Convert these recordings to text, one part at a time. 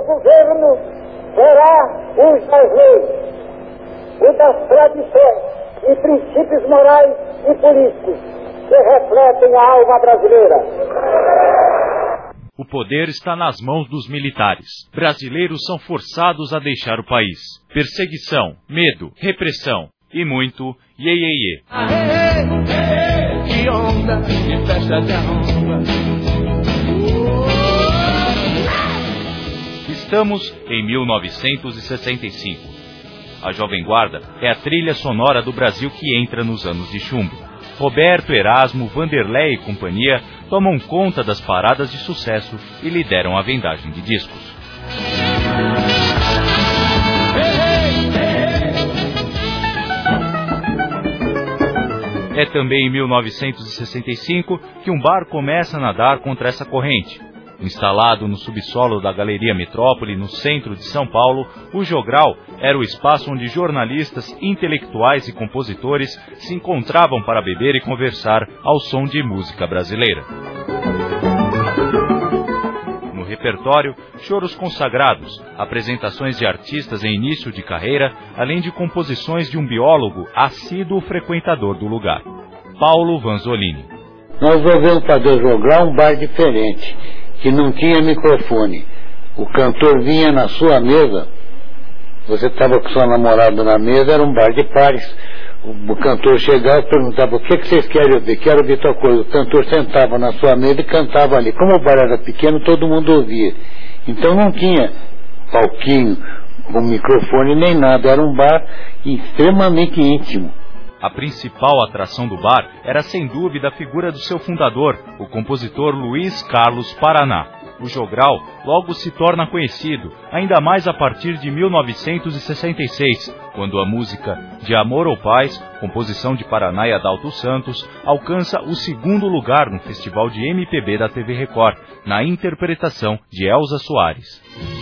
governo será o das leis, o das tradições e princípios morais e políticos que refletem a alma brasileira. O poder está nas mãos dos militares. Brasileiros são forçados a deixar o país. Perseguição, medo, repressão e muito iê, iê, iê. Que onda, que festa de arromba. Estamos em 1965. A Jovem Guarda é a trilha sonora do Brasil que entra nos anos de chumbo. Roberto, Erasmo, Vanderlei e companhia tomam conta das paradas de sucesso e lideram a vendagem de discos. É também em 1965 que um bar começa a nadar contra essa corrente. Instalado no subsolo da Galeria Metrópole, no centro de São Paulo, o Jogral era o espaço onde jornalistas, intelectuais e compositores se encontravam para beber e conversar ao som de música brasileira. No repertório, choros consagrados, apresentações de artistas em início de carreira, além de composições de um biólogo assíduo frequentador do lugar, Paulo Vanzolini. Nós resolvemos fazer o Jogral um bar diferente, que não tinha microfone. O cantor vinha na sua mesa, você estava com sua namorada na mesa, era um bar de pares. O cantor chegava e perguntava: o que vocês querem ouvir? Quero ouvir tal coisa. O cantor sentava na sua mesa e cantava ali. Como o bar era pequeno, todo mundo ouvia. Então não tinha palquinho com microfone nem nada, era um bar extremamente íntimo. A principal atração do bar era sem dúvida a figura do seu fundador, o compositor Luiz Carlos Paraná. O Jogral logo se torna conhecido, ainda mais a partir de 1966, quando a música De Amor ou Paz, composição de Paraná e Adalto Santos, alcança o segundo lugar no Festival de MPB da TV Record, na interpretação de Elza Soares.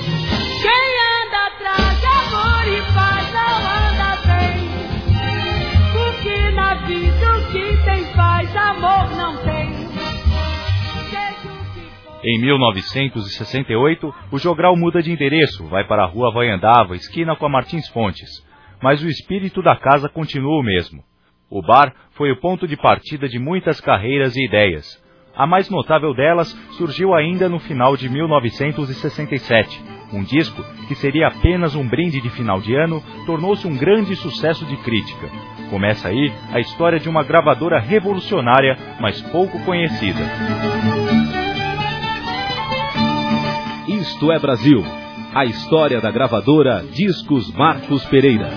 Em 1968, o Jogral muda de endereço, vai para a Rua Vaiandava, esquina com a Martins Fontes. Mas o espírito da casa continua o mesmo. O bar foi o ponto de partida de muitas carreiras e ideias. A mais notável delas surgiu ainda no final de 1967. Um disco que seria apenas um brinde de final de ano tornou-se um grande sucesso de crítica. Começa aí a história de uma gravadora revolucionária, mas pouco conhecida. Isto é Brasil, a história da gravadora Discos Marcos Pereira.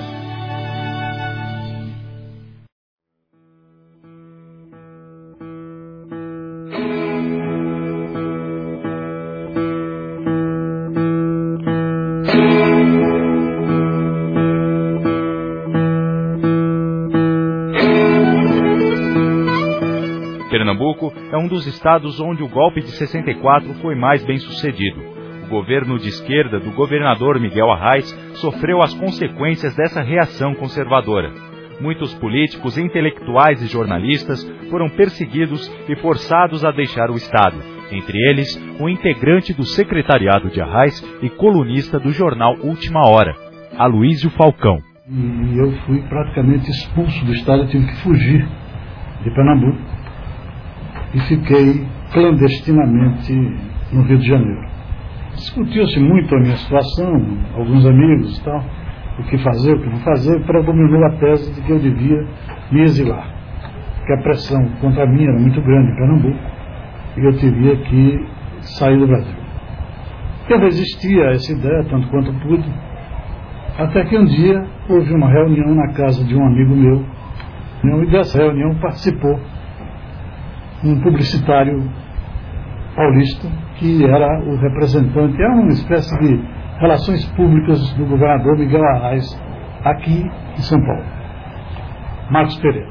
Pernambuco é um dos estados onde o golpe de 64 foi mais bem sucedido. O governo de esquerda do governador Miguel Arraes sofreu as consequências dessa reação conservadora. Muitos políticos, intelectuais e jornalistas foram perseguidos e forçados a deixar o estado. Entre eles, o integrante do secretariado de Arraes e colunista do jornal Última Hora, Aloísio Falcão. E eu fui praticamente expulso do estado, eu tive que fugir de Pernambuco e fiquei clandestinamente no Rio de Janeiro. Discutiu-se muito a minha situação, alguns amigos e tal, o que fazer, o que não fazer, predominou a tese de que eu devia me exilar, que a pressão contra mim era muito grande em Pernambuco e eu teria que sair do Brasil. Eu resisti a essa ideia tanto quanto pude, até que um dia houve uma reunião na casa de um amigo meu, e dessa reunião participou um publicitário paulista, que era o representante, era uma espécie de relações públicas do governador Miguel Arraes, aqui em São Paulo, Marcos Pereira.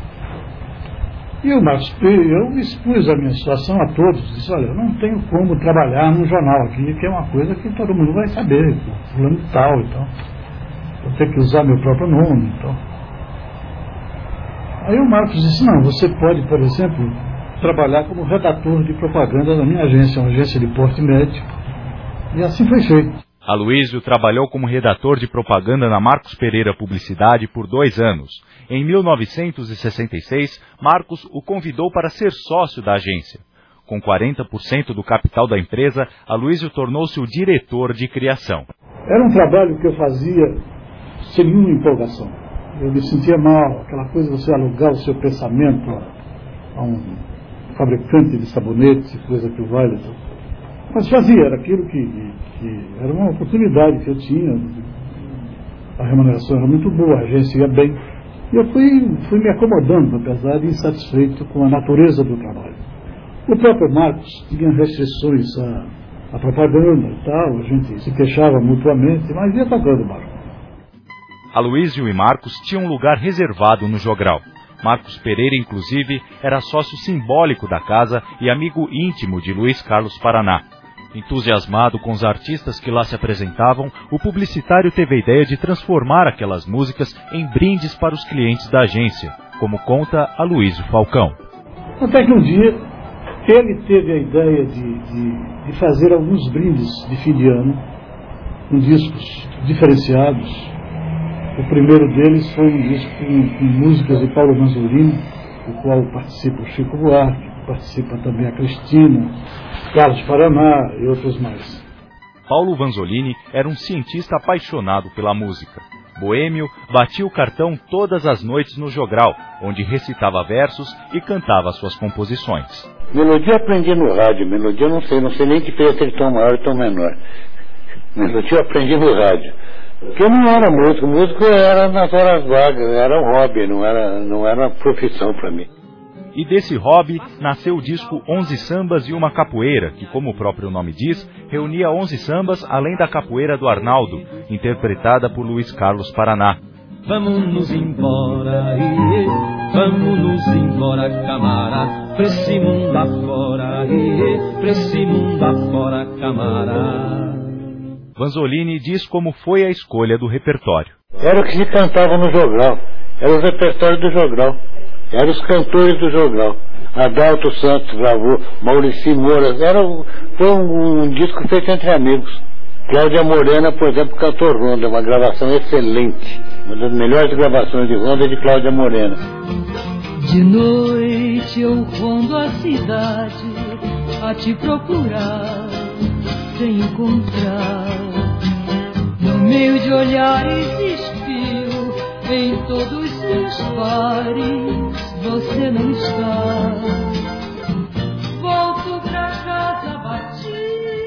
E o Marcos Pereira, eu expus a minha situação a todos, disse: olha, eu não tenho como trabalhar num jornal aqui, que é uma coisa que todo mundo vai saber, fulano de tal e tal, vou ter que usar meu próprio nome e tal. Aí o Marcos disse: não, você pode, por exemplo, trabalhar como redator de propaganda da minha agência, uma agência de porte médio. E assim foi feito. Aloísio trabalhou como redator de propaganda na Marcos Pereira Publicidade por 2 anos. Em 1966, Marcos o convidou para ser sócio da agência. Com 40% do capital da empresa, Aloísio tornou-se o diretor de criação. Era um trabalho que eu fazia sem nenhuma empolgação. Eu me sentia mal, aquela coisa de você alugar o seu pensamento a um fabricante de sabonete, coisa que vale. Mas fazia, era aquilo que era uma oportunidade que eu tinha. A remuneração era muito boa, a agência ia bem. E eu fui me acomodando, apesar de insatisfeito com a natureza do trabalho. O próprio Marcos tinha restrições à propaganda e tal, a gente se queixava mutuamente, mas ia tocando o barco. Aloísio e Marcos tinham um lugar reservado no jogral. Marcos Pereira, inclusive, era sócio simbólico da casa e amigo íntimo de Luiz Carlos Paraná. Entusiasmado com os artistas que lá se apresentavam, o publicitário teve a ideia de transformar aquelas músicas em brindes para os clientes da agência, como conta Aloísio Falcão. Até que um dia, ele teve a ideia de fazer alguns brindes de fim de ano, com discos diferenciados. O primeiro deles foi um disco com músicas de Paulo Vanzolini, do qual participa o Chico Buarque, participa também a Cristina, Carlos Paraná e outros mais. Paulo Vanzolini era um cientista apaixonado pela música. Boêmio, batia o cartão todas as noites no jogral, onde recitava versos e cantava suas composições. Melodia aprendi no rádio, melodia não sei nem que fez aquele tom maior e tom menor. Melodia eu aprendi no rádio. Porque eu não era músico era nas horas vagas, era um hobby, não era uma profissão para mim. E desse hobby nasceu o disco 11 Sambas e uma Capoeira, que, como o próprio nome diz, reunia 11 sambas além da capoeira do Arnaldo, interpretada por Luiz Carlos Paraná. Vamos-nos embora, vamos-nos embora, camará, pra esse mundo afora, pra esse mundo afora, camará. Vanzolini diz como foi a escolha do repertório. Era o que se cantava no jogral, era o repertório do jogral, eram os cantores do jogral. Adalto Santos gravou, Maurici Moura, foi um disco feito entre amigos. Cláudia Morena, por exemplo, cantou Ronda, uma gravação excelente, uma das melhores gravações de Ronda é de Cláudia Morena. De noite eu rondo a cidade a te procurar, sem encontrar. No meio de olhares espio, em todos os bares você não está. Volto pra casa batida.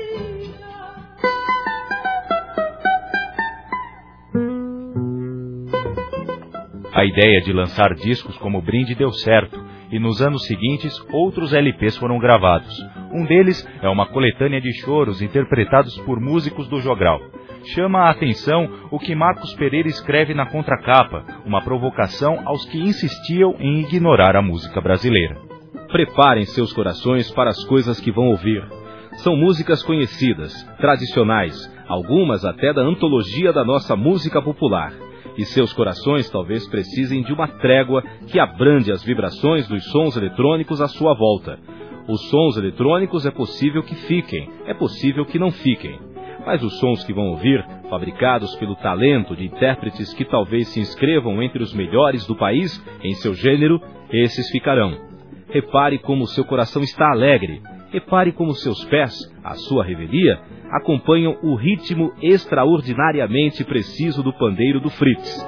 A ideia de lançar discos como brinde deu certo, e nos anos seguintes outros LPs foram gravados. Um deles é uma coletânea de choros interpretados por músicos do jogral. Chama a atenção o que Marcos Pereira escreve na contracapa, uma provocação aos que insistiam em ignorar a música brasileira. Preparem seus corações para as coisas que vão ouvir. São músicas conhecidas, tradicionais, algumas até da antologia da nossa música popular. E seus corações talvez precisem de uma trégua que abrande as vibrações dos sons eletrônicos à sua volta. Os sons eletrônicos é possível que fiquem, é possível que não fiquem. Mas os sons que vão ouvir, fabricados pelo talento de intérpretes que talvez se inscrevam entre os melhores do país em seu gênero, esses ficarão. Repare como seu coração está alegre. Repare como seus pés, a sua revelia, acompanham o ritmo extraordinariamente preciso do pandeiro do Fritz.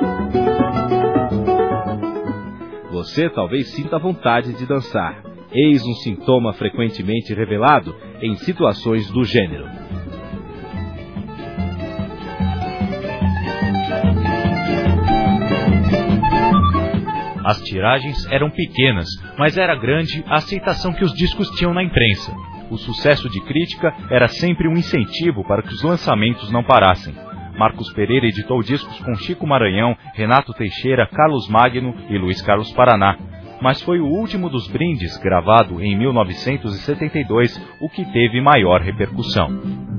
Você talvez sinta vontade de dançar. Eis um sintoma frequentemente revelado em situações do gênero. As tiragens eram pequenas, mas era grande a aceitação que os discos tinham na imprensa. O sucesso de crítica era sempre um incentivo para que os lançamentos não parassem. Marcos Pereira editou discos com Chico Maranhão, Renato Teixeira, Carlos Magno e Luiz Carlos Paraná. Mas foi o último dos brindes, gravado em 1972, o que teve maior repercussão.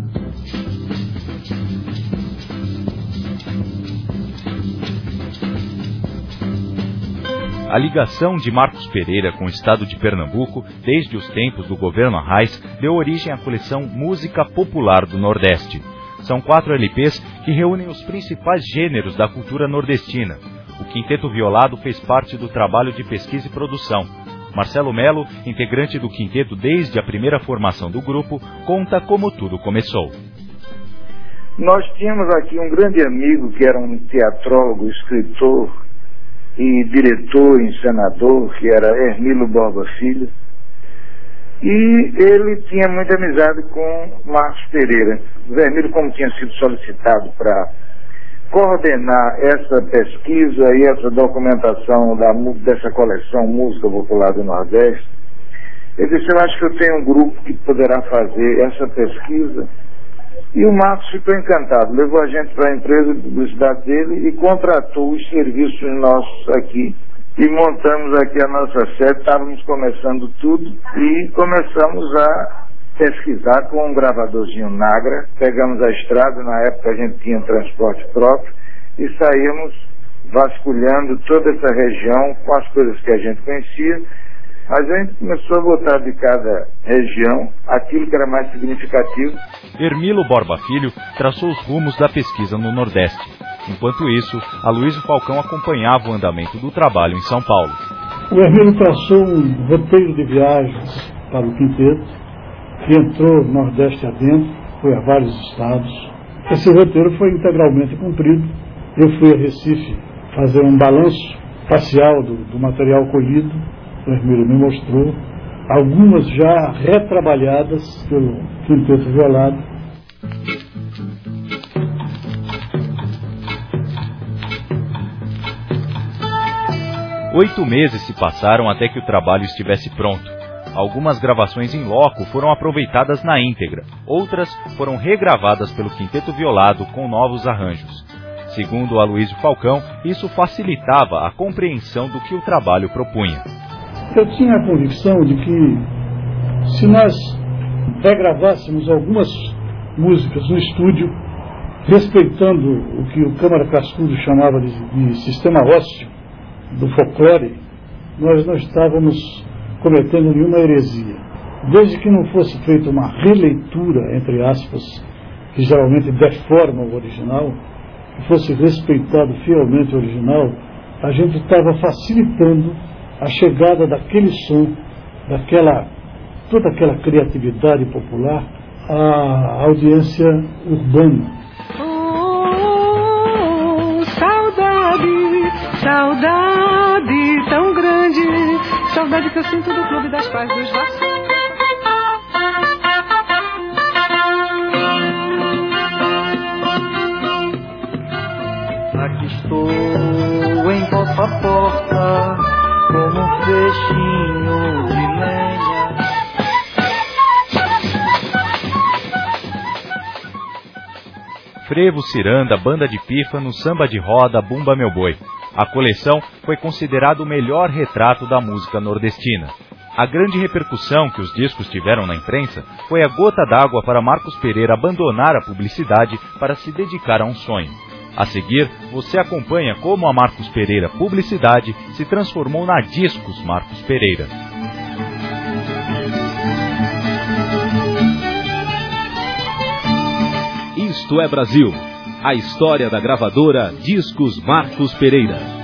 A ligação de Marcos Pereira com o estado de Pernambuco, desde os tempos do governo Arraes, deu origem à coleção Música Popular do Nordeste. São 4 LPs que reúnem os principais gêneros da cultura nordestina. O Quinteto Violado fez parte do trabalho de pesquisa e produção. Marcelo Melo, integrante do quinteto desde a primeira formação do grupo, conta como tudo começou. Nós tínhamos aqui um grande amigo que era um teatrólogo, escritor e diretor, encenador, que era Hermilo Borba Filho. E ele tinha muita amizade com Marcos Pereira. O Hermilo, como tinha sido solicitado para coordenar essa pesquisa e essa documentação dessa coleção Música Popular do Nordeste, ele disse: eu acho que eu tenho um grupo que poderá fazer essa pesquisa. E o Marcos ficou encantado, levou a gente para a empresa de publicidade dele e contratou os serviços nossos aqui. E montamos aqui a nossa sede, estávamos começando tudo e começamos a pesquisar com um gravadorzinho Nagra. Pegamos a estrada, na época a gente tinha transporte próprio, e saímos vasculhando toda essa região com as coisas que a gente conhecia, mas a gente começou a botar de cada região aquilo que era mais significativo. Hermilo Borba Filho traçou os rumos da pesquisa no Nordeste. Enquanto isso, Aloysio Falcão acompanhava o andamento do trabalho em São Paulo. O Hermilo traçou um roteiro de viagens para o quinteto, que entrou no Nordeste adentro, foi a vários estados. Esse roteiro foi integralmente cumprido. Eu fui a Recife fazer um balanço parcial do material colhido. O Hermilo me mostrou algumas já retrabalhadas pelo Quinteto Violado. Oito meses se passaram até que o trabalho estivesse pronto. Algumas gravações em loco foram aproveitadas na íntegra, outras foram regravadas pelo Quinteto Violado com novos arranjos. Segundo Aloysio Falcão, isso facilitava a compreensão do que o trabalho propunha. Eu tinha a convicção de que, se nós regravássemos algumas músicas no estúdio, respeitando o que o Câmara Cascudo chamava de sistema ósseo do folclore, nós não estávamos cometendo nenhuma heresia. Desde que não fosse feita uma releitura, entre aspas, que geralmente deforma o original, que fosse respeitado fielmente o original, a gente estava facilitando a chegada daquele som, toda aquela criatividade popular à audiência urbana. Oh, saudade, saudade tão grande, saudade que eu sinto do Clube das Pais dos Vascos. Aqui estou em vossa porta, como um fechinho de lenha. Frevo, ciranda, banda de pífano, samba de roda, bumba meu boi. A coleção foi considerada o melhor retrato da música nordestina. A grande repercussão que os discos tiveram na imprensa foi a gota d'água para Marcos Pereira abandonar a publicidade para se dedicar a um sonho. A seguir, você acompanha como a Marcos Pereira Publicidade se transformou na Discos Marcos Pereira. Isto é Brasil, a história da gravadora Discos Marcos Pereira.